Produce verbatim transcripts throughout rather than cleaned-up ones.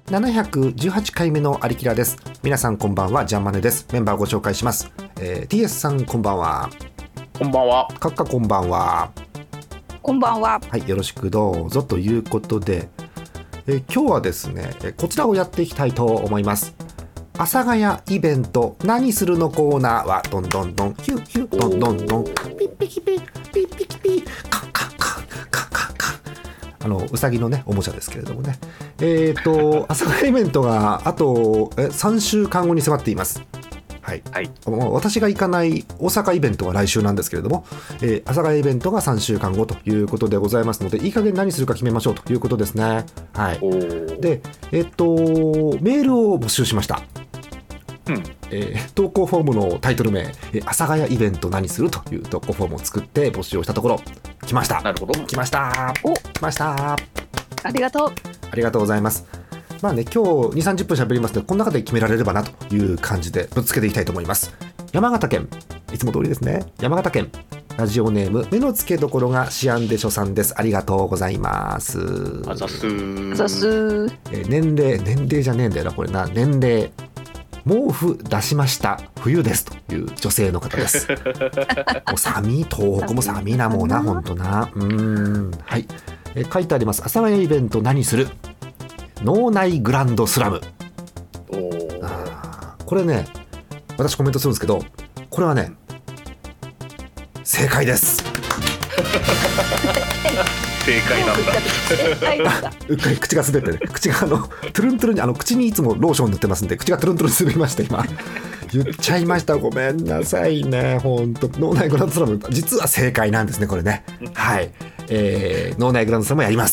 ななひゃくじゅうはちかいめのアリキラです。皆さんこんばんは、ジャンマネです。メンバーご紹介します。えー、ティーエス さんこんばんは。 こんばんは。 カッカこんばんは。 こんばんは。 はい、よろしくどうぞということで、えー、今日はですね、こちらをやっていきたいと思います。阿佐ヶ谷イベント何するのコーナーはどんどんどんヒューヒューどんどんどんピッピキピッピッピキピッカンカンカンカンカンカン、あのうさぎのねおもちゃですけれどもね、えーと阿佐ヶ谷イベントがあとえさんしゅうかんごに迫っています。はい、はい、私が行かない大阪イベントは来週なんですけれども、えー、阿佐ヶ谷イベントがさんしゅうかんごということでございますので、いい加減何するか決めましょうということですね。はい、で、えっとメールを募集しました。うんえー、投稿フォームのタイトル名、えー、阿佐ヶ谷イベント何するという投稿フォームを作って募集をしたところ来ました。 なるほど、 来ましたお来ましたありがとうありがとうございます。まあね、今日に、さんじゅっぷん喋りますので、この中で決められればなという感じでぶっつけていきたいと思います。山形県、いつも通りですね。山形県ラジオネーム目の付けどころがシアンでしょさんです。ありがとうございます。 あざすあざす、 えー、年齢年齢じゃねえんだよなこれな。年齢毛布出しました冬ですという女性の方です。もう寒い、東北も寒いなもうな、ほんとな。うーん、はい、え書いてあります。阿佐ヶ谷イベント何する、脳内グランドスラム。 おあこれね、私コメントするんですけど、これはね正解です。 正解なんだ。 正解なんだ。 うっかり口が滑ってね、口があのトゥルントゥルンに、あの口にいつもローション塗ってますんで、口がトゥルントゥルン滑りました今。言っちゃいました、ごめんなさいね。本当脳内グランドスラム実は正解なんですねこれね。はい、えー、脳内グランドスラムやります。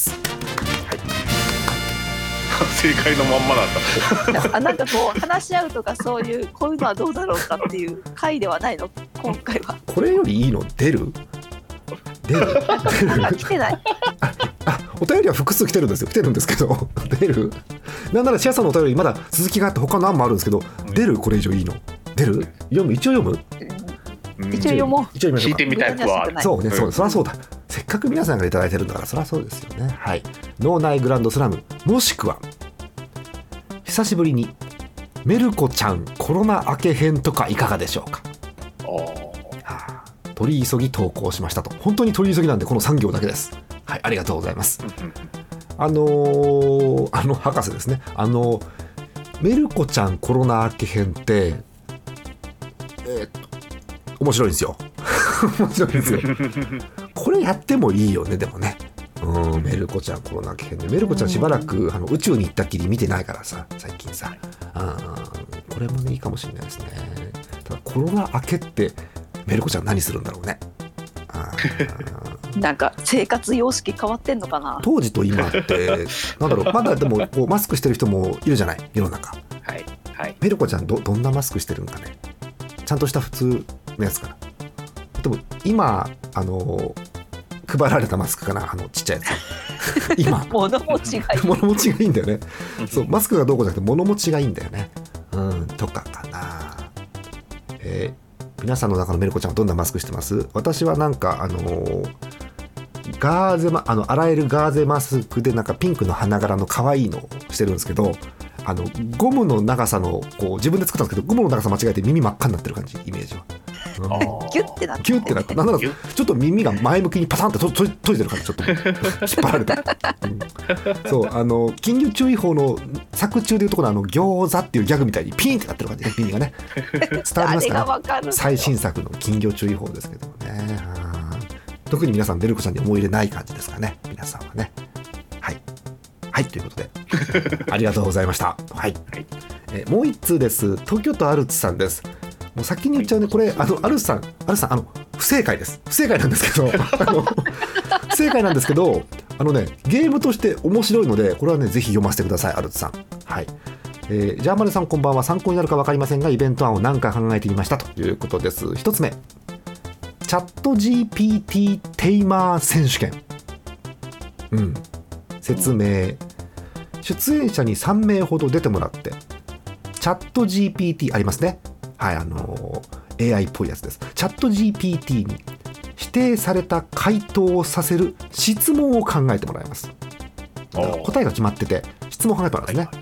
正解のまんまなんだ。 あ、なんかこう話し合うとかそういうこういうのはどうだろうかっていう回ではないの今回は。 これよりいいの出る出る出るなんか来てない。 ああお便りは複数来てるんですよ来てるんですけど出るなんならシアさんのお便りまだ続きがあって他の案もあるんですけど、出るこれ以上いいの出る読む一応読む、 うん、一応読もう。 一応読みましょうか。 聞いてみたい子はある。 そうね、そう、 うん、 そりゃそうだ。せっかく皆さんがいただいてるんだからそりゃそうですよね。はい、脳内グランドスラム、もしくは久しぶりにメルコちゃんコロナ明け編とかいかがでしょうか。はあ、取り急ぎ投稿しましたと。本当に取り急ぎなんでこのさん行だけです。はい、ありがとうございます。あのー、あの博士ですね、あのメルコちゃんコロナ明け編ってえー、っと面白いんですよ面白いんですよこれやってもいいよね。でもね、うん、メルコちゃんコロナ明け編で、メルコちゃんしばらくあの宇宙に行ったっきり見てないからさ最近さ、あこれもねいいかもしれないですね。ただコロナ明けってメルコちゃん何するんだろうね。あなんか生活様式変わってんのかな。 当時と今ってなんだろう、まだでもこうマスクしてる人もいるじゃない世の中。 はいはい。 メルコちゃん ど, どんなマスクしてるんかね。ちゃんとした普通のやつかな。でも今あの配られたマスクかな、あのちっちゃいやつ今物持ちがいい物持ちがいいんだよねそうマスクがどうこうじゃなくて物持ちがいいんだよね。うんとかかな。えー、皆さんの中のメルコちゃんはどんなマスクしてます？私はなんかあのーガーゼマあの洗えるガーゼマスクでなんかピンクの花柄の可愛いのをしてるんですけど、あのゴムの長さのこう自分で作ったんですけど、ゴムの長さ間違えて耳真っ赤になってる感じ、イメージは。うん、 ギュッてなってギュッてなった。なんならちょっと耳が前向きにパタンってとと閉じてる感じ、ちょっと引っ張られてる、うん、そうあの金魚注意報の作中でいうところのあの餃子っていうギャグみたいにピーンってなってる感じね、耳がね伝わりますかね。最新作の金魚注意報ですけどもね。特に皆さんベルコちゃんに思い入れない感じですかね、皆さんはね。はいはい、ということでありがとうございました。はい、えもう一通です。東京都アルツさんです。もう先に言っちゃうね、これあのアルツさんアルツさんあの不正解です。不正解なんですけどあの不正解なんですけど、あのねゲームとして面白いので、これはねぜひ読ませてください、アルツさん。はい、えー、ジャーマネさんこんばんは。参考になるか分かりませんがイベント案を何回考えてみましたということです。一つ目、チャット ジーピーティー テイマー選手権。うん。説明。出演者にさんめいほど出てもらって、チャット ジーピーティー ありますね。はい、あのー、エーアイ っぽいやつです。チャット ジーピーティー に指定された回答をさせる質問を考えてもらいます。答えが決まってて質問を考えてもらいますね。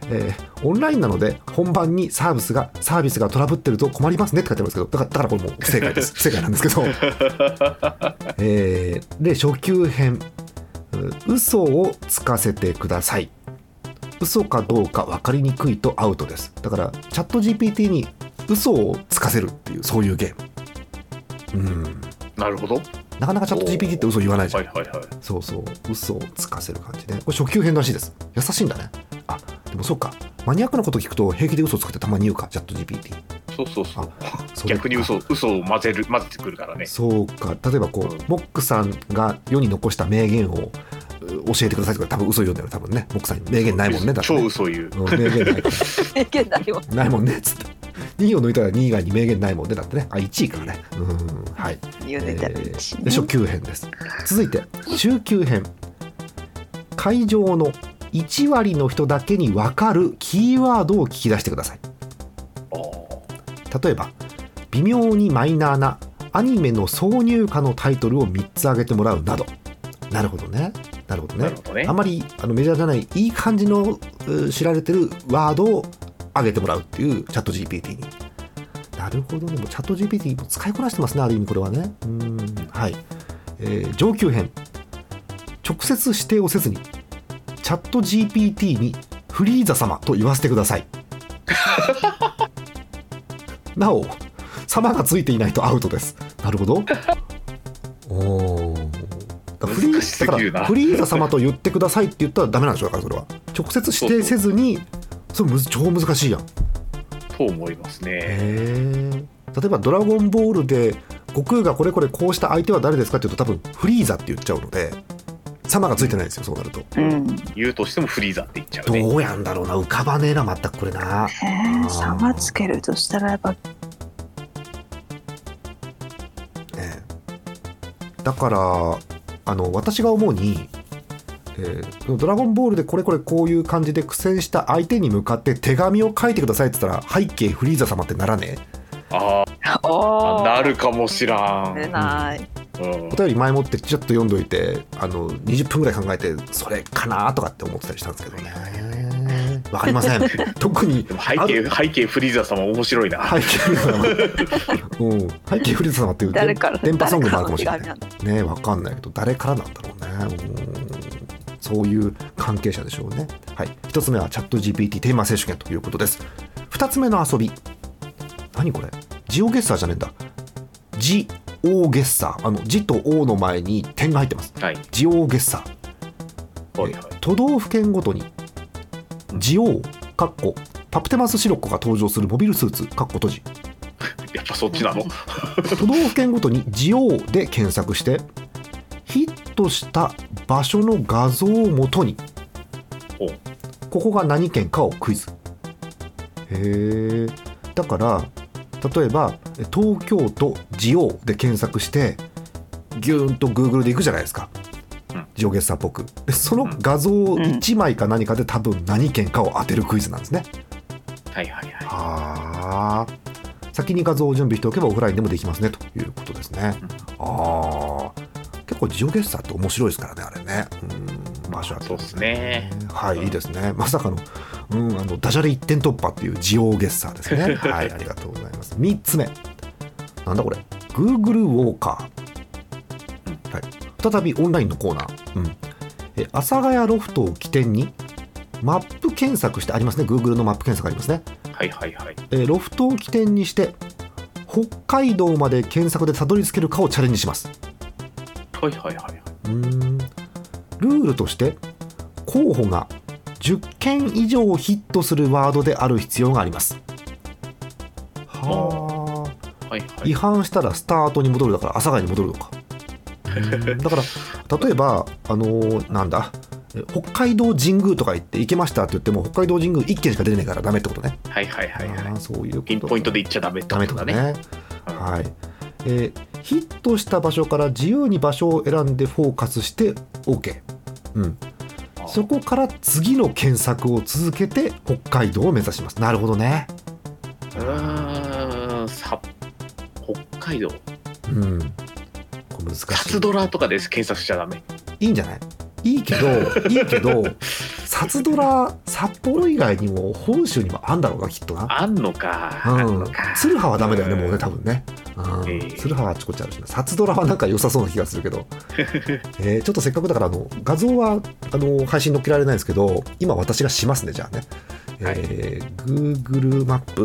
えー、オンラインなので本番にサービスがサービスがトラブってると困りますねって書いてあるんですけど、だから、だからこれもう不正解です不正解なんですけど、えー、で初級編、嘘をつかせてください。嘘かどうか分かりにくいとアウトです。だからチャット ジーピーティー に嘘をつかせるっていうそういうゲーム。うん、 なるほど。 なかなかチャット ジーピーティー って嘘言わないじゃん。 はいはいはい、 そうそう、嘘をつかせる感じで、これ初級編らしいです。優しいんだね。あ、でもそうか、マニアックなこと聞くと平気で嘘をつくってたまに言うか、チャット ジーピーティー。 そうそうそう。 そ逆に嘘嘘を混ぜる混ぜてくるからね。 そうか、例えばこう、 うん、 モックさんが世に残した名言を教えてくださいとか、多分嘘言うんだよ多分ね。モックさんに名言ないもんね。だってね超嘘言う。 うん、名言ない名言ないもんないもんねっつって。にいを抜いたらにい以外に名言ないもんね。だってね。あ、いちいからね。うん、はい。 にいを抜いたらいち、ね、 で初級編です。続いて中級編。会場のいち割の人だけに分かるキーワードを聞き出してください。例えば微妙にマイナーなアニメの挿入歌のタイトルをみっつ挙げてもらうなど。なるほどね。なるほど ね, どねあまりあのメジャーじゃないいい感じの知られてるワードを挙げてもらうっていうチャット ジーピーティー に。なるほどね。もうチャット ジーピーティー も使いこなしてますね、ある意味これはね。うーん、はい、えー、上級編。直接指定をせずにチャット ジーピーティー にフリーザ様と言わせてください。なお様がついていないとアウトです。なるほど。おー、フリーだからフリーザ様と言ってくださいって言ったらダメなんでしょ。だからそれは直接指定せずに、それ超難しいやんと思いますね。 へー、例えばドラゴンボールで悟空がこれこれこうした相手は誰ですかって言うと多分フリーザって言っちゃうので様がついてないんですよ。そうなると、 うん、 言うとしてもフリーザって言っちゃうね。 どうやんだろうな、浮かばねえな全くこれな。 へー、様つけるとしたらやっぱ、ね、 だからあの私が思うに、えー、ドラゴンボールでこれこれこういう感じで苦戦した相手に向かって手紙を書いてくださいって言ったら背景フリーザ様ってならねえ。 ああ、なるかもしらん。 出ない、 うん、 お便り前もってちょっと読んどいてあのにじゅっぷんぐらい考えてそれかなとかって思ってたりしたんですけどね。わかりません。特にでも背景背景フリーザ様面白いな。 背景フリーザ様、うん、背景フリーザ様っていう電波ソングもあるかもしれないね。わかんないけど誰からなんだろうね。うん、そういう関係者でしょうね。はい、ひとつめはチャット ジーピーティー テーマ選手権ということです。ふたつめの遊び、何これ、ジオゲッサーじゃねえんだ。ジオゲッサー、あのジとオの前に点が入ってます、はい、ジオゲッサー、はいはい、都道府県ごとにジオウかっこパプテマスシロッコが登場するモビルスーツかっこ閉じ。 やっぱそっちなの。 都道府県ごとにジオウで検索してヒットした場所の画像をもとにここが何県かをクイズ。へー、だから例えば東京都ジオウで検索してギューンと Google でいくじゃないですか、うん、ジオゲッサーっぽく。でその画像いちまいか何かで多分何県かを当てるクイズなんですね、 うん、はいはいはい。 あー、先に画像を準備しておけばオフラインでもできますねということですね、うん、あー、結構ジオゲッサーって面白いですからねあれね。うん、場所はそうですね。 はい、いいですね。まさかの、うん、あのダジャレいってん突破っていうジオゲッサーですね。はい、ありがとうございます。みっつめ、なんだこれ、 Google ウォーカー、はい、再びオンラインのコーナー、うん、え阿佐ヶ谷ロフトを起点にマップ検索してありますね。 Google のマップ検索ありますね。 はいはいはい。 えロフトを起点にして北海道まで検索でたどり着けるかをチャレンジします。 はいはいはい。 うーん、ルールとして候補がじゅっけん以上ヒットするワードである必要があります。はあ、はいはい、違反したらスタートに戻る、だから阿佐ヶ谷に戻るのか。だから例えばあのー、なんだ北海道神宮とか行って行けましたって言っても北海道神宮いっけんしか出れないからダメってことね。 はいはいはいはい。 あ、そういうこと。 ピンポイントで行っちゃダメってことだね。 ダメとかね、うん、はい、えー、ヒットした場所から自由に場所を選んでフォーカスして OK、うん、そこから次の検索を続けて北海道を目指します。なるほどね。 うーん、さ北海道、 うん、これ難しい。 サツドラとかで検索しちゃダメ。 いいんじゃない？いいけどいいけどサツドラサ札幌以外にも本州にもあんだろうなきっとな。 あんのか、 うん、 あんのか。 ツルハはダメだよねもうね多分ね、うんえー、 ツルハはあちこちあるしな。サツドラはなんか良さそうな気がするけど、えー、ちょっとせっかくだからあの画像はあの配信載っけられないんですけど、今私がしますね。じゃあね、はい、えー、Google マップ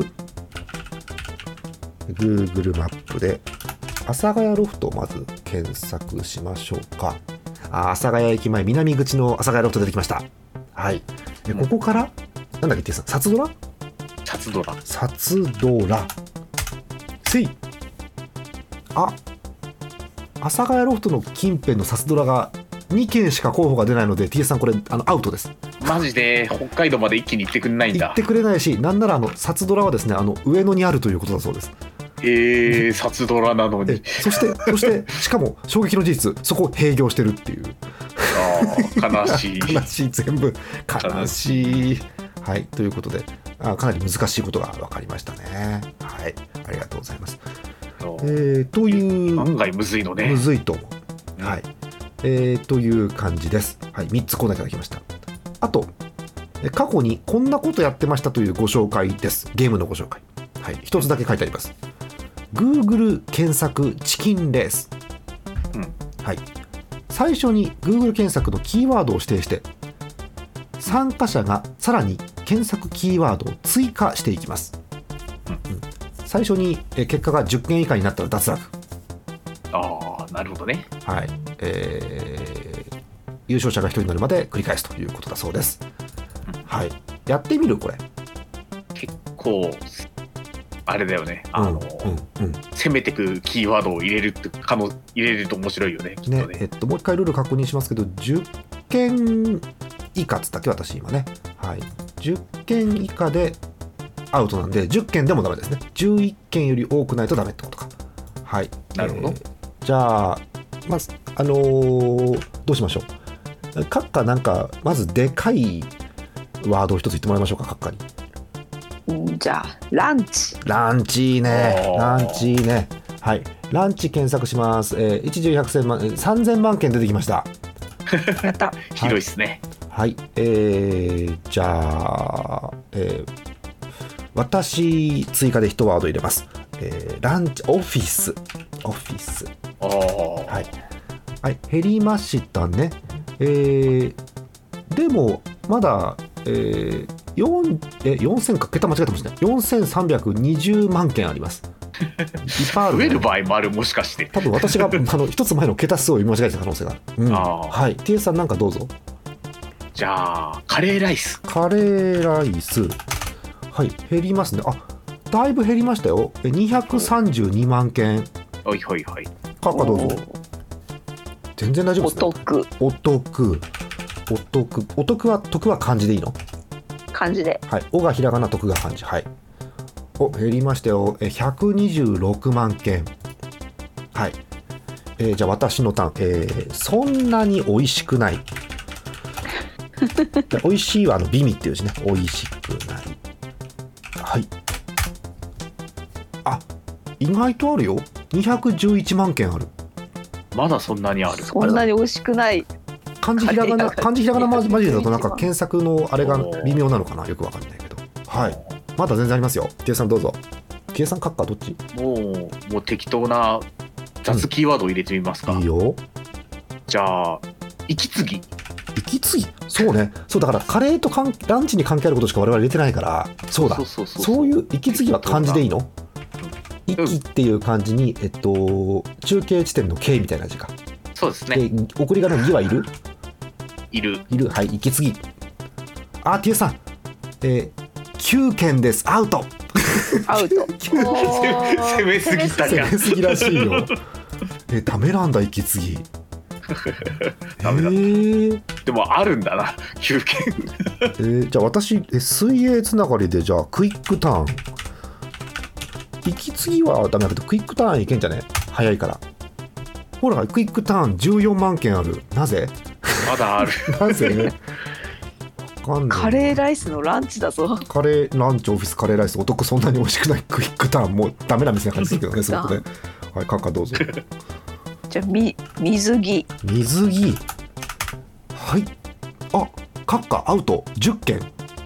Google マップで阿佐ヶ谷ロフトをまず検索しましょうか。あ、阿佐ヶ谷駅前南口の阿佐ヶ谷ロフト出てきました。はい。でここから、うん、なんだっけってさ、サツドラサツドラサツドラせい。あ、阿佐ヶ谷ロフトの近辺のサツドラがにけんしか候補が出ないので ティーエス さんこれあのアウトです。 マジで北海道まで一気に行ってくれないんだ。 行ってくれないし、なんならあのサツドラはですね、あの上野にあるということだそうです。 えー、サツドラなのに。 そしてそしてしかも衝撃の事実、そこを閉業してるっていう。 あ悲しい悲しい、全部悲しい。はい、ということであかなり難しいことが分かりましたね。はい、ありがとうございます。えー、という案外むずいのね。 むずいと思う、はい、えー、という感じです。はい、みっつコーナーいただきました。あと過去にこんなことやってましたというご紹介です。ゲームのご紹介、はい、ひとつだけ書いてあります。 Google 検索チキンレース、うん、はい、最初に Google 検索のキーワードを指定して参加者がさらに検索キーワードを追加していきます、うんうん、最初に結果がじゅっけん以下になったら脱落。 ああ、なるほどね。 はい、えー、優勝者がひとりになるまで繰り返すということだそうです、うん、はい、やってみるこれ。 結構あれだよね、あの、うんうんうん、攻めてくキーワードを入れるって可能入れると面白いよね、きっとね。 ね、えっと、もう一回ルール確認しますけど、じゅっけん以下っつったっけ私今ね、はい、じゅっけん以下でアウトなんでじゅっけんでもダメですね。じゅういっけんより多くないとダメってことか。はい、 なるほど、えー、じゃあまずあのー、どうしましょう。閣下なんかまずでかいワードを一つ言ってもらいましょうか、閣下に。 じゃあランチ。 ランチいいね、ランチいいね。はい、ランチ検索します。えー、いちじゅうひゃくせんまんさんぜんまんけん出てきました。 やった広いっすね。 はい、はい、えー、じゃあ、えー、私追加で一ワード入れます。えー、ランチオフィスオフィス、はい、はい、減りましたね。えー、でもまだ、えー、よんえよんせんか、桁間違えてますね。よんせんさんびゃくにじゅうまんけんあります。いっぱいある、ね、 増える場合もある、もしかして。 多分私があの一つ前の桁数を読み間違えた可能性がある、うん、あ、はい、ティーエス さんなんかどうぞ。 じゃあカレーライス。 カレーライス、はい、減りますね。あ、だいぶ減りましたよ。にひゃくさんじゅうにまんけん。 はいはいはい。 カッカどうぞ。全然大丈夫ですね。 お得お得お得お得は得は漢字でいいの？ 漢字で。 はい。おがひらがな、得が漢字。はい。お、減りましたよ。ひゃくにじゅうろくまんけん。はい。えー、じゃあ私のターン。えー、そんなに美味しくない。美味しいはあの美味っていう字ね。美味しくない。はい。あ、意外とあるよ。にひゃくじゅういちまんけんある。 まだそんなにある。 そんなに美味しくない。 漢字ひらがな、漢字ひらがなマジでだとなんか検索のあれが微妙なのかな、よくわかんないけど。はい。まだ全然ありますよ。ティエさんどうぞ。ティエさん、カッカどっち？ もうもう適当な雑キーワードを入れてみますか。 うん、いいよ。 じゃあ息継ぎ。 息継ぎ。そうね。そうだからカレーとかんランチに関係あることしか我々入れてないから。そうだ。そうそうそうそう。そういう息継ぎは漢字でいいの？息っていう漢字に、えっと、中継地点の K みたいな字か。 そうですね。 で、送り仮名の義はいる？ いる。 いる。はい、息継ぎ。あ、ティエさん、えー、きゅうけんです。アウト。 アウト。 攻めすぎたか。 攻めすぎらしいよ。え、ダメなんだ、息継ぎ。 ダメだ。えー、でもあるんだな、きゅうけん。 えー、じゃあ私、え水泳つながりで、じゃあクイックターン。息継ぎはダメだけどクイックターンいけんじゃね？早いから。ほらクイックターンじゅうよんまんけんある。なぜ？ まだある。 なぜ？わかんない。 カレーライスのランチだぞ。 カレーランチオフィスカレーライスお得そんなに美味しくないクイックターンもうダメな店な感じですけどねそこで。はい、カッカどうぞ。 じゃあみ水着。 水着。はい。あ、カッカアウトじゅっけん。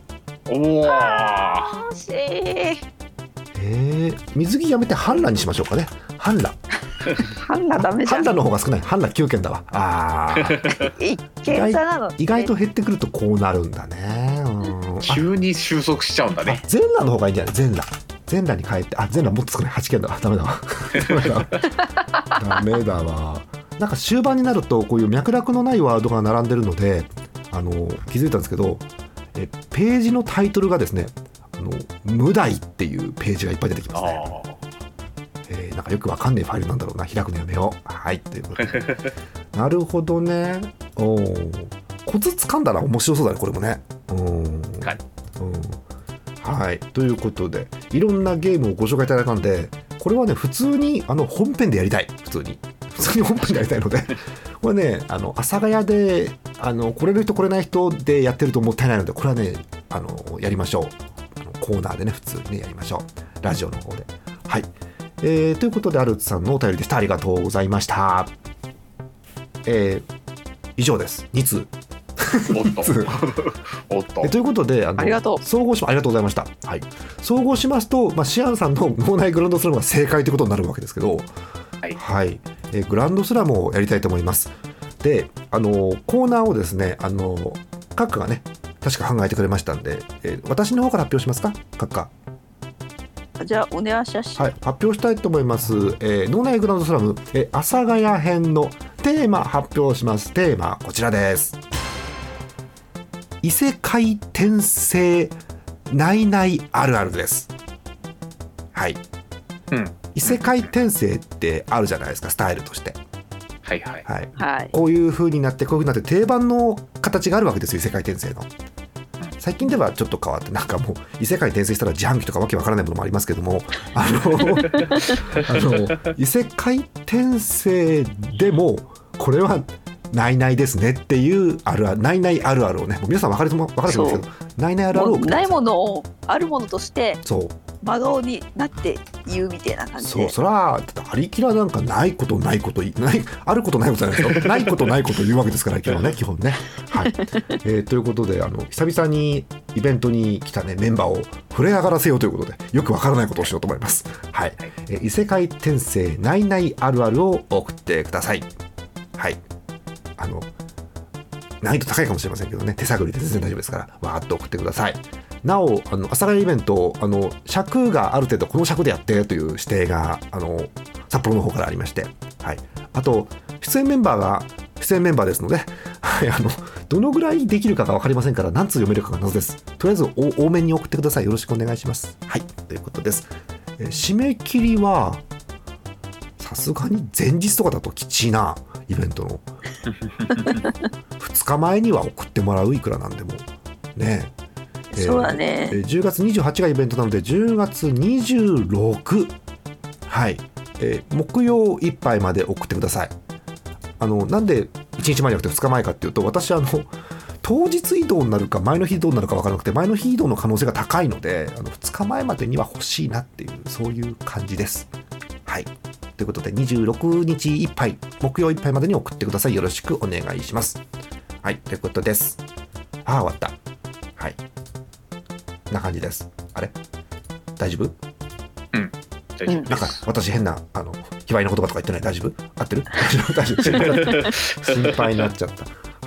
おお。 惜しい。 えー、水着やめて半裸にしましょうかね。半裸。 半裸ダメじゃん。 半裸の方が少ない。半裸きゅうけんだわ。あー一見差なの。 意外と減ってくるとこうなるんだね。うん、 急に収束しちゃうんだね。 全裸の方がいいんじゃない？全裸。全裸に変えて、あ、全裸もっと少ない。はちけんだわ。ダメだわ。ダメだわ。なんか終盤になるとこういう脈絡のないワードが並んでるので、あの気づいたんですけど、えページのタイトルがですね、あの無題っていうページがいっぱい出てきますね。えー、なんかよくわかんないファイルなんだろうな。開くのやめよう。はいということでなるほどね。おコツ掴んだら面白そうだねこれもね。うん、はい、うん、はい、ということでいろんなゲームをご紹介いただいたんで、これはね普通にあの本編でやりたい。普通に普通に本編でやりたいのでこれね、あの阿佐ヶ谷であの来れる人来れない人でやってるともったいないので、これはねあのやりましょう。あのコーナーでね普通にねやりましょう。ラジオの方で。はい、えー、ということでアルツさんのお便りでした。ありがとうございました。えー、以上です。に通おっとおっとということで、あのありがとう総合しありがとうございました。はい、総合しますと、まあ、シアンさんの脳内グランドスラムが正解ということになるわけですけど、 はい、 はい、えー、グランドスラムをやりたいと思います。で、あのコーナーをですね、あの閣下がね確か考えてくれましたんで、えー、私の方から発表しますか、閣下。 じゃあお願いします。 はい、発表したいと思います。えー、脳内グランドスラム、えー、阿佐ヶ谷編のテーマ発表します。テーマこちらです。異世界転生ないないあるあるです。はい、 うん、 異世界転生ってあるじゃないですか、スタイルとして。 はいはい、 はいはい、 こういう風になってこういう風になって定番の形があるわけですよ、異世界転生の。最近ではちょっと変わって、なんかもう異世界転生したら自販機とかわけわからないものもありますけども、あのあの異世界転生でもこれはないないですねっていうあるある、ないないあるあるをね、もう皆さん分かると思うんですけど、ないないあるあるを送ってください。 ないものをあるものとしてそう真顔になって言うみたいな感じで。 そう、そらありきらなんかないことないことないあることないことじゃないですよないことないこと言うわけですから今日ね基本ね。はい、えー、ということで、あの久々にイベントに来たねメンバーを触れ上がらせようということで、よくわからないことをしようと思います。はい、えー、異世界転生ないないあるあるを送ってください。はい、あの難易度高いかもしれませんけどね、手探りで全然大丈夫ですから、わーっと送ってください。なお、あの阿佐ヶ谷イベント、あの尺がある程度この尺でやってという指定があの札幌の方からありまして、はい、あと出演メンバーが出演メンバーですので、はい、あのどのぐらいできるかが分かりませんから、何通読めるかが謎です。とりあえずお多めに送ってください。よろしくお願いします。はい、ということです。え締め切りはさすがに前日とかだときちいな、イベントのふつかまえには送ってもらう、いくらなんでもね。えー、 そうだね。 じゅうがつにじゅうはちがイベントなのでじゅうがつにじゅうろく、はい、えー、木曜いっぱいまで送ってください。あのなんでいちにちまえじゃなくてふつかまえかっていうと、私あの当日移動になるか前の日移動になるか分からなくて、前の日移動の可能性が高いので、あのふつかまえまでには欲しいなっていう、そういう感じです。はい、ということでにじゅうろくにちいっぱい、木曜いっぱいまでに送ってください。よろしくお願いします。はい、ということです。ああ終わった。はい、こんな感じです。あれ大丈夫？ うん大丈夫です。 なんか私変なあの卑猥な言葉とか言ってない？大丈夫？合ってる？大丈夫大丈夫心配になっちゃった。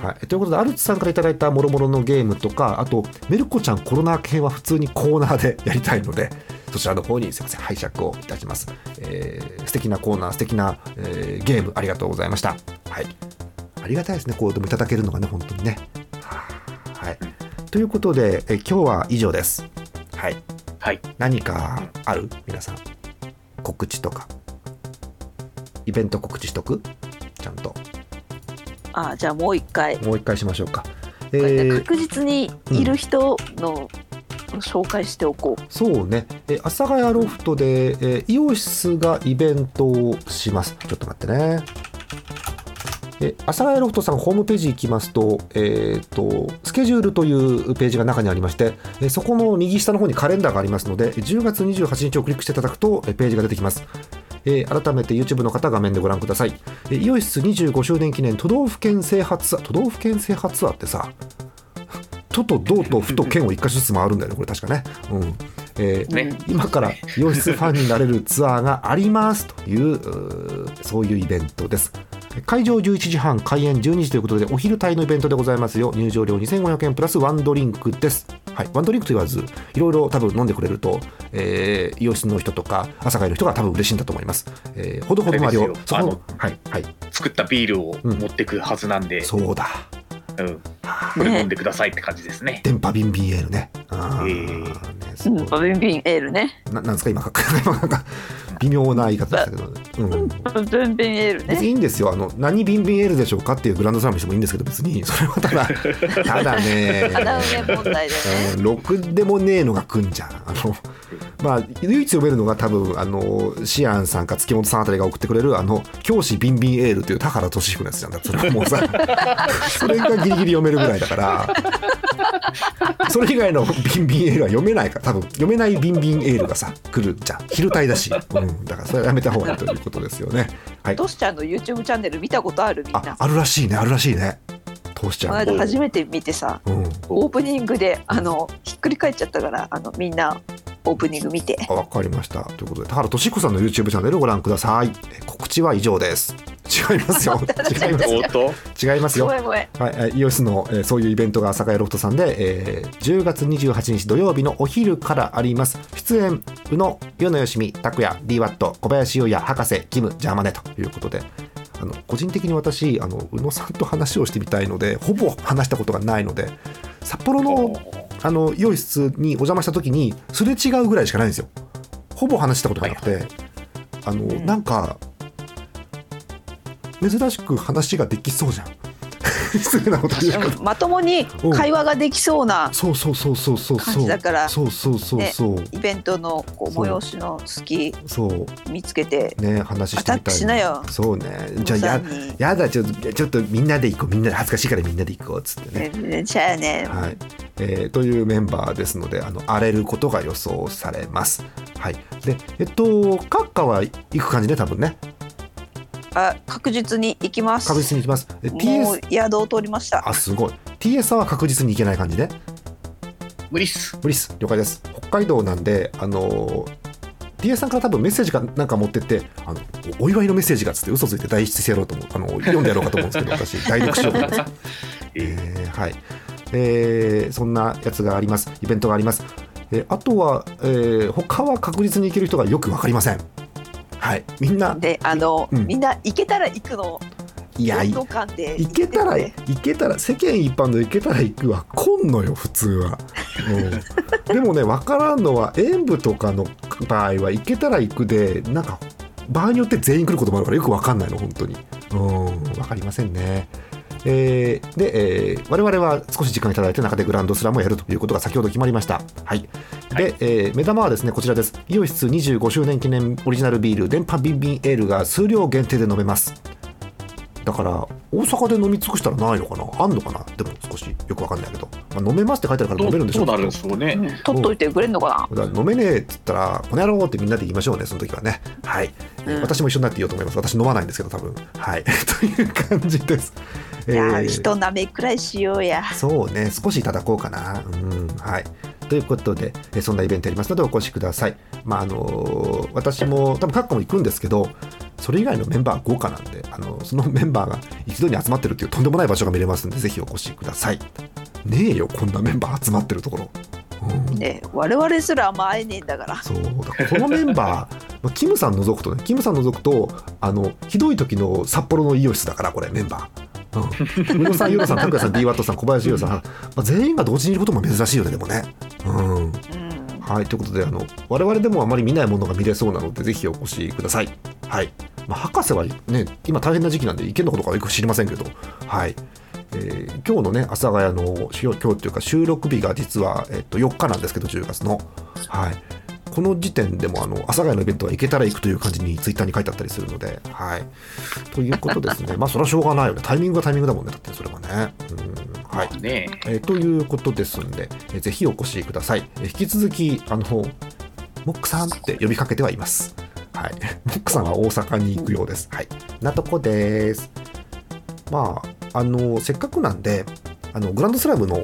はい、ということでアルツさんからいただいたもろもろのゲームとか、あとメルコちゃんコロナ系は普通にコーナーでやりたいので、そちらの方にすいません拝借をいたします。えー、素敵なコーナー、素敵な、えー、ゲームありがとうございました。はい、ありがたいですね、こうでもいただけるのがね、本当にね。はい、ということでえ今日は以上です。はい、 はい、 何かある？皆さん告知とかイベント告知しとく？ちゃんと。 あ、じゃあもう一回もう一回しましょうか。 えー、確実にいる人の、うん、紹介しておこう。 そうね、え阿佐ヶ谷ロフトで、えイオシスがイベントをします。ちょっと待ってね。え阿佐ヶ谷ロフトさんホームページ行きますと、えー、とスケジュールというページが中にありまして、えそこの右下の方にカレンダーがありますので、じゅうがつにじゅうはちにちをクリックしていただくとページが出てきます。えー、改めて YouTube の方画面でご覧ください。えイオシスにじゅうごしゅうねん記念都道府県制覇ツアー、都道府県制覇ツアーってさととどうとふと剣を一箇所ずつ回るんだよねこれ確かね、うんえーね、 今からイオシスファンになれるツアーがありますという、うそういうイベントです。会場じゅういちじはん開演じゅうにじということでお昼帯のイベントでございますよ。入場料にせんごひゃくえんプラスワンドリンクです。はい、ワンドリンクと言わずいろいろ多分飲んでくれると、えー、イオシスの人とか朝会の人が多分嬉しいんだと思います。えー、ほどほどまりをそこ、はいはい、 作ったビールを持ってくはずなんで、うん、 そうだ、 うん、これ飲んでくださいって感じですね。 電波ビンビンエールね。 あー、えー、ね、電波ビンビンエールね。 な、なんですか今かなんか微妙な言い方でしたけど、うん、 ビンビンエールね。 いいんですよ。あの何ビンビンエールでしょうかっていうグランドスラムにしてもいいんですけど、別にそれはただただね穴埋め問題でね、 うん、ろくでもねえのが来んじゃん。あのまあ唯一読めるのが多分あのシアンさんか月本さんあたりが送ってくれるあの教師ビンビンエールという田原俊彦のやつじゃん。だってそれはもうさそれがギリギリ読めるぐらいだからそれ以外のビンビンエールは読めないから、多分読めないビンビンエールがさ来るじゃん。昼帯だし、うん、だからそれはやめた方がいいということですよね。はい。 トシちゃんの YouTube チャンネル見たことある？みんな。 あ、あるらしいね、あるらしいね。トシちゃん。 この間初めて見てさ、うん、オープニングであのひっくり返っちゃったから、あのみんなオープニング見て。 わかりました。ということで田原俊彦さんの YouTube チャンネルをご覧ください。告知は以上です。違いますよ。違います。違いますよ。 ごめんごめん。 はい、イオシスの、えー、そういうイベントが阿佐ヶ谷ロフトさんで、えー、じゅうがつにじゅうはちにち土曜日のお昼からあります。出演宇野、与野よしみ、拓也、ディーワット、小林優也、博士、キム、ジャーマネということで、あの個人的に私あの宇野さんと話をしてみたいので、ほぼ話したことがないので、札幌のあのイオシスにお邪魔した時にすれ違うぐらいしかないんですよ。ほぼ話したことがなくて、はい、あの、うん、なんか珍しく話ができそうじゃん。失礼なこと言うか、 まともに会話ができそうな感じだから、 そうそうそうそう、 ね、イベントのこう催しの隙見つけてね、話してみたい。 アタックしなよ。 そうね。じゃあ や, やだちょっとちょっとみんなで行こう、みんなで恥ずかしいからみんなで行こうっつってね。 じゃあね。 はい。えー、というメンバーですので、あの荒れることが予想されます。はい。でえっと閣下は行く感じね、多分ね。 あ、確実に行きます。 確実に行きます。 もう宿を通りました。 あ、すごい。 ティーエス さんは確実に行けない感じね。 無理っす無理っす。了解です。北海道なんで、あの ティーエス さんから多分メッセージかなんか持ってって、あのお祝いのメッセージがつって嘘ついて代筆してやろうと思う、あの読んでやろうかと思うんですけど私代読しようと思います、えー、はい、えー、そんなやつがあります。イベントがあります。えー、あとは、えー、他は確実に行ける人がよく分かりません。はい、みんなで、あの、うん、みんな行けたら行くの。 いや、 行けたら行けたら世間一般の行けたら行くは来んのよ普通は、うん、でもね、分からんのは演舞とかの場合は行けたら行くで、なんか場合によって全員来ることもあるからよく分かんないの本当に、うん、分かりませんね。えー、で、えー、我々は少し時間いただいて中でグランドスラムをやるということが先ほど決まりました。はい。で、はい、えー、目玉はですねこちらです。イオシスにじゅうごしゅうねん記念オリジナルビール電波ビンビンエールが数量限定で飲めます。だから大阪で飲み尽くしたらないのかな、あんのかな。でも少しよくわかんないけど、まあ、飲めますって書いてあるから飲めるんでしょう。 どうなるんでしょうね、うん、 取っといてくれんのかな。 だから飲めねえって言ったらこの野郎ってみんなで言いましょうね、その時はね。はい、うん、私も一緒になって言おうと思います。私飲まないんですけど多分。はいという感じです。 いや、えー、人なめくらいしようや。 そうね、少しいただこうかな。うん、はい。ということで、えそんなイベントありますのでお越しください。まああのー、私も多分各校も行くんですけど、それ以外のメンバー豪華なんで、あのそのメンバーが一度に集まってるっていうとんでもない場所が見れますので、ぜひお越しください。ねえよ、こんなメンバー集まってるところ。うん、ね、 我々すらあんま会えねえんだから。 そうだ、このメンバーキムさん除くとね、キムさん除くとあのひどい時の札幌のイオシスだから、これメンバー。うん、宇野さん、ユロさん、拓也さん、ディーワットさん、小林優さん、まあ、全員が同時にいることも珍しいよね、でもね。うん、うん、はい、ということで、あの我々でもあまり見ないものが見れそうなので、ぜひお越しください。はい、まあ、博士はね、今大変な時期なんで行けるのかどうかはよく知りませんけど、はい、えー、今日のね、阿佐ヶ谷の今日というか収録日が実は、えっと、よっかなんですけど、じゅうがつの、はい、この時点でもあの阿佐ヶ谷のイベントは行けたら行くという感じにツイッターに書いてあったりするので、はい、ということですね。まあそれはしょうがないよね、タイミングがタイミングだもんね、だってそれはね。うん、はい、ねえー、ということですんで、えー、ぜひお越しください。えー、引き続きあのモックさんって呼びかけてはいます。はい、モックさんは大阪に行くようです。はい、なとこです。まああのせっかくなんであのグランドスラムの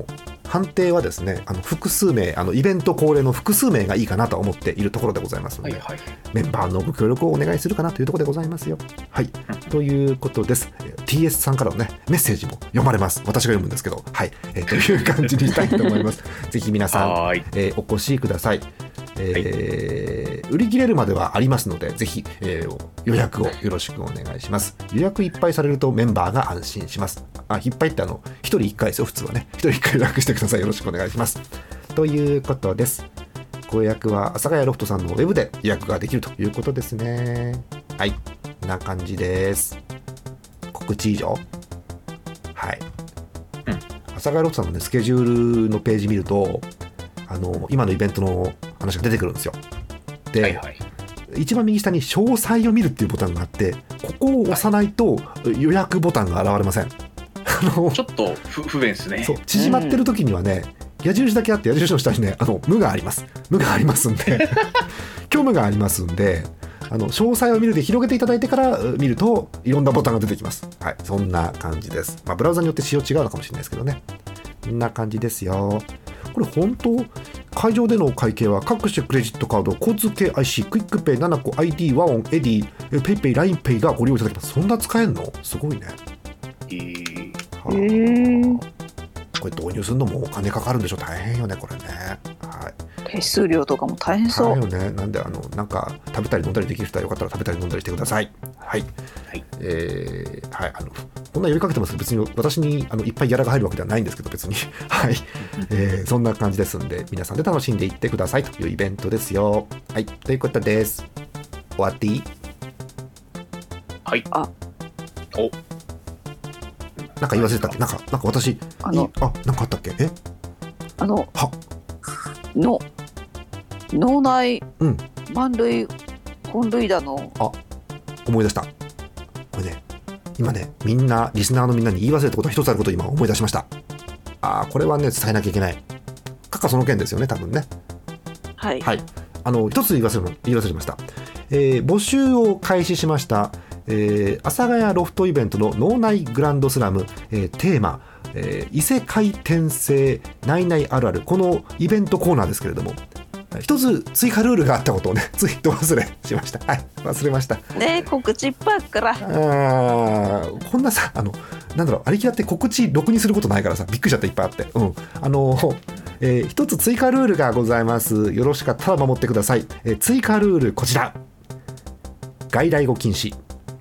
判定はですね、あの複数名、あのイベント恒例の複数名がいいかなと思っているところでございますので、はいはい、メンバーのご協力をお願いするかなというところでございますよ。はい、ということです。 ティーエス さんからのねメッセージも読まれます。私が読むんですけど、はい、えー、という感じにしたいと思いますぜひ皆さん、えー、お越しください。えーはい、売り切れるまではありますので、ぜひ、えー、予約をよろしくお願いします。予約いっぱいされるとメンバーが安心します。あ、いっぱいってあのひとりいっかいですよ。普通はね、ひとりいっかい予約してください。よろしくお願いします。ということです。ご予約は阿佐ヶ谷ロフトさんのウェブで予約ができるということですね。はい、こんな感じです。告知以上。はい、うん、阿佐ヶ谷ロフトさんの、ね、スケジュールのページ見ると、あの今のイベントの話が出てくるんですよ。で、はいはい、一番右下に詳細を見るっていうボタンがあって、ここを押さないと予約ボタンが現れません。あのちょっと不便ですね。 そう、縮まってる時にはね、うん、矢印だけあって、矢印の下にね、あの無があります。無がありますんで虚無がありますんで、あの詳細を見るで広げていただいてから見るといろんなボタンが出てきます。はい、そんな感じです。まあ、ブラウザによって仕様違うのかもしれないですけどね。こんな感じですよ。これ本当、会場での会計は各種クレジットカード、交通系 アイシー、クイックペイ、ナナコ、アイディー、ワオン、エディ、ペイペイ、ラインペイがご利用いただけます。そんな使えんの？すごいね。 えーはあ、えー、これ導入するのもお金かかるんでしょ。大変よねこれね。はい、 手数料とかも大変そう。 大変よね。なんであのなんか食べたり飲んだりできる人はよかったら食べたり飲んだりしてください。はい、はい、えー、はい、あのこんな呼びかけてますけど、別に私にあのいっぱいギャラが入るわけではないんですけど、別にはい、えー、そんな感じですんで、皆さんで楽しんでいってくださいというイベントですよ。はい、ということです。終わっていい？ はい。 あ、 お、 なんか言い忘れたっけ？なんかなんか私あのあなんかあったっけ？え？ あのはの脳内うん満塁本塁打の、 あ、思い出した。これね、今ね、みんなリスナーのみんなに言い忘れたことが一つあることを今思い出しました。あー、これはね伝えなきゃいけない。かかその件ですよね、多分ね。 はい、 はい、あの一つ言い忘れ言い忘れました。えー、募集を開始しました。えー、阿佐ヶ谷ロフトイベントの脳内グランドスラム、えー、テーマ、えー、異世界転生ないないあるある、このイベントコーナーですけれども、一つ追加ルールがあったことをね、ついと忘れしました。はい、忘れましたね。告知いっぱいあるから、 あこんなさ、あのなんだろう、ありきらって告知ろくにすることないからさ、びっくりしちゃった。いっぱいあって、うん、あのえー、一つ追加ルールがございます。よろしかったら守ってください。えー、追加ルールこちら、外来語禁止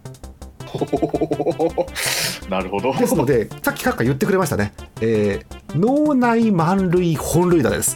なるほど。 ですので、さっきカッカ言ってくれましたね、えー、脳内満塁本塁打です。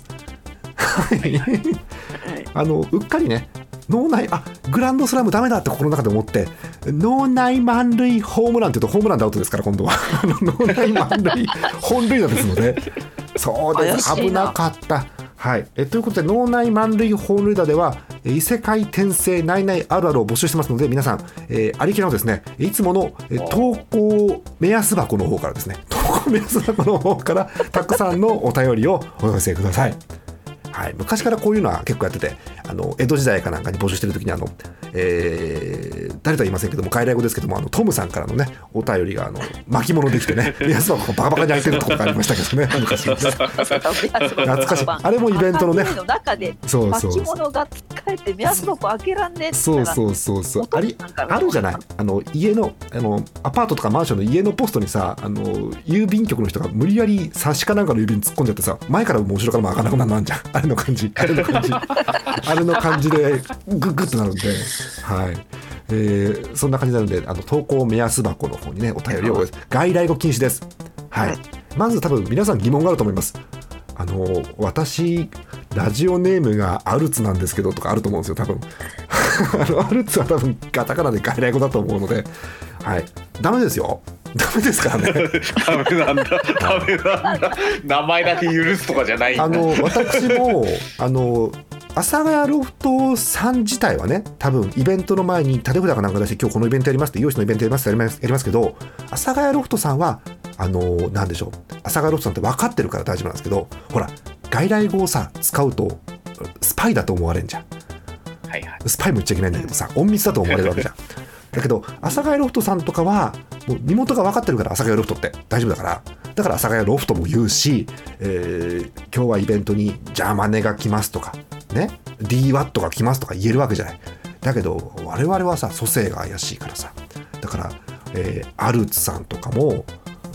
あのうっかりね、脳内あグランドスラムダメだって心の中で思って、脳内満塁ホームランって言うとホームランでアウトですから、今度は脳内満塁本塁打ですので、そうです、危なかった。はい、えということで、脳内満塁本塁打では異世界転生ないないあるあるを募集してますので、皆さん、えー、ありきらのですね、いつもの、えー、投稿目安箱の方からですね、投稿目安箱の方からたくさんのお便りをお寄せください。はい、昔からこういうのは結構やってて、あの江戸時代かなんかに募集してる時に、あの、えー、誰とは言いませんけども、外来語ですけども、あのトムさんからのねお便りがあの巻物できてね、目安箱バカバカに開いてるところがありましたけどね、昔懐かしい。あれもイベントのね、 の中でそうそう巻物が使えて目安箱開けらんねえって言ったら、そうそうそうそう、ありあるじゃない、あの家のあのアパートとかマンションの家のポストにさ、あの郵便局の人が無理やり冊子かなんかの指に突っ込んじゃってさ、前からも後ろからも開かなくなるのあんじゃん、あれの感じあれの感じあれの感じでグッグッとなるんで、はい、えー、そんな感じなので、あの投稿目安箱の方にねお便りを、外来語禁止です。はい、はい、まず多分皆さん疑問があると思います。あの私ラジオネームがアルツなんですけどとかあると思うんですよ、多分あのアルツは多分カタカナで外来語だと思うので、はい、ダメですよ、ダメですからねダメなんだ、ダメなんだ、名前だけ許すとかじゃないんだ。 あの私もあの阿佐ヶ谷ロフトさん自体はね、多分イベントの前に立て札かなんか出して、今日このイベントやりますって、用紙のイベントやりますってやります、やりますけど、阿佐ヶ谷ロフトさんはあのなんでしょう、阿佐ヶ谷ロフトさんって分かってるから大丈夫なんですけど、ほら外来語をさ使うとスパイだと思われるんじゃん、はいはい、スパイも言っちゃいけないんだけどさ、隠密だと思われるわけじゃんだけど阿佐ヶ谷ロフトさんとかはもう身元が分かってるから、阿佐ヶ谷ロフトって大丈夫だから。だから阿佐ヶ谷ロフトも言うし、えー、今日はイベントにジャーマネが来ますとかね、 ディーワット が来ますとか言えるわけじゃない。だけど我々はさ、蘇生が怪しいからさ、だから、えー、アルツさんとかも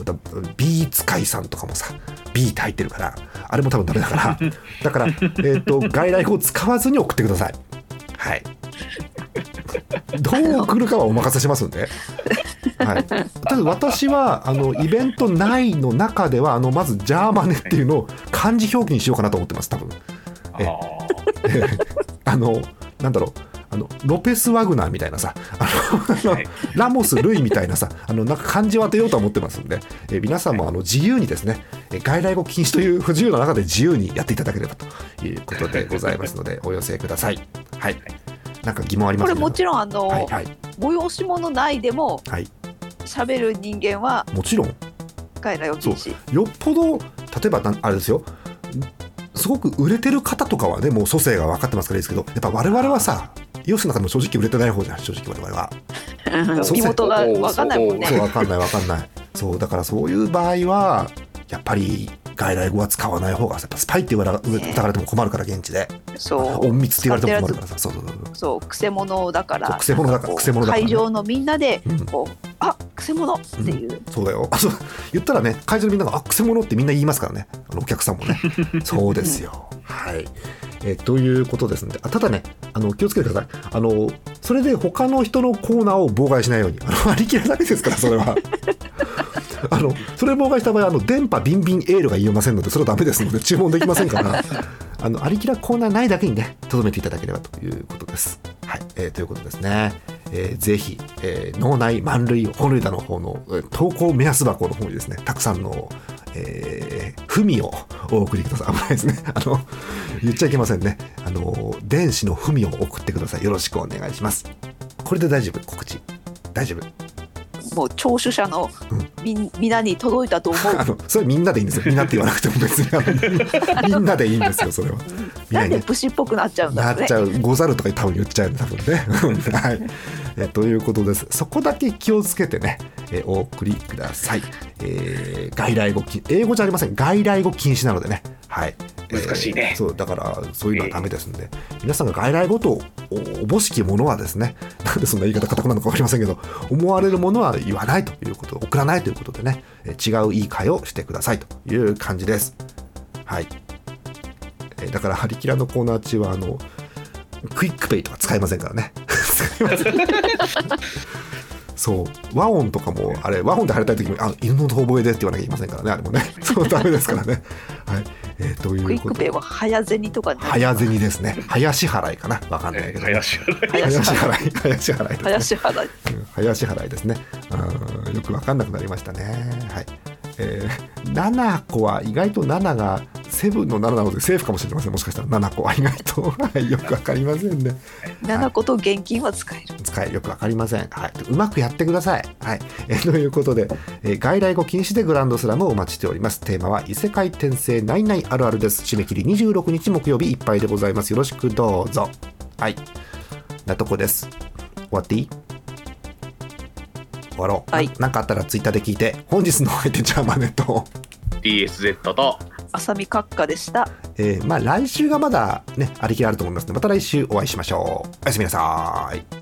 B 使いさんとかもさ B って入ってるから、あれも多分ダメだからだから、えー、と外来語を使わずに送ってください。はい、どう送るかはお任せしますんで、はい、ただ私はあのイベント内の中ではあのまずジャーマネっていうのを漢字表記にしようかなと思ってます。多分ええあのなんだろう、あのロペス・ワグナーみたいなさ、あの、はい、ラモス・ルイみたいなさ、あのなんか漢字を当てようと思ってますんで、え皆さんもあの自由にですね、外来語禁止という不自由な中で自由にやっていただければということでございますのでお寄せください。はい、なんか疑問ありますか？ これもちろんあの、 はいはい、 催し物内でも喋、はい、る人間はもちろん外来語禁止。 よっぽど例えばあれですよ、すごく売れてる方とかはね、もう蘇生が分かってますからいいですけど、やっぱ我々はさ、イオシスの中でも正直売れてない方じゃん、正直我々は身元が分かんないもんね。 そう分かんない分かんないそうだからそういう場合はやっぱり外来語は使わない方が、やっぱスパイって言われたからでも困るから、現地でそう隠密って言われても困るからさ、そうそうそうそうくせ者だから、 くせ者だからくせ者だから、ね、 会場のみんなでこう、うん、あくせ者っていう、 うん、そうだよ、あそう言ったらね、会場のみんながあくせ者ってみんな言いますからね、あのお客さんもねそうですよはい、えー、ということですので、ただね、あの気をつけてください。あのそれで他の人のコーナーを妨害しないように、あの割り切るだけですから、それはあのそれを妨害した場合はあの電波ビンビンエールが言えませんので、それはダメですので注文できませんからあのありきらコーナーないだけにね、とどめていただければということです。はい、えー、ということですね、えー、ぜひ、えー、脳内満塁本塁打の方の投稿目安箱の方にですね、たくさんのえー、文をお送りください。危ないですね、あの言っちゃいけませんね。あの電子の文を送ってください。よろしくお願いします。これで大丈夫？告知大丈夫？ もう聴取者のみ、うん、みんなに届いたと思う。 あのそれみんなでいいんですよ。みんなって言わなくても別にあのみんなでいいんですよ、それは。 なんで武士っぽくなっちゃうんだろうね。 なっちゃう、ござるとか多分言っちゃう多分ねはい、えということです。そこだけ気をつけてね、えお送りください。えー、外来語禁英語じゃありません、外来語禁止なのでね、はい、 難しいね、 えー、そうだからそういうのはダメですんで、えー、皆さんが外来語とおぼしきものはですね、なんでそんな言い方固くなのか分かりませんけど、思われるものは言わないということ、送らないということでね、えー、違う言い換えをしてくださいという感じです。はい、えー、だからハリキラのコーナー中はあのクイックペイとか使いませんからね使いませんそう和音とかもあれ和音で入りたい時もあ犬の遠吠えでって言わなきゃいけませんからね、あれもねそうダメですからねはい、えー、ということクイックペイは早銭とかになる、 早銭ですね、早支払いかな、わかんないけど、ね、 早支払い早支払い早支払い、 早支払い、 うん、早支払いですね。うん、よくわかんなくなりましたね。はい、えー、ななこは意外となながセブンのなななのでセーフかもしれません。もしかしたらななこは意外と、はい、よくわかりませんね。 ななこと現金は使える、 使えよくわかりません。はい、うまくやってください。はい、えー、ということで、えー、外来語禁止でグランドスラムをお待ちしております。テーマは異世界転生ないないあるあるです。締め切りにじゅうろくにち木曜日いっぱいでございます。よろしくどうぞ。はい、なとこです。終わっていい？終わろう。はい、なんかあったらツイッターで聞いて。本日のお相手ジャーマネとディーエスゼット と浅見閣下でした。 えー、まあ来週がまだねありきらあると思いますので、また来週お会いしましょう。おやすみなさい。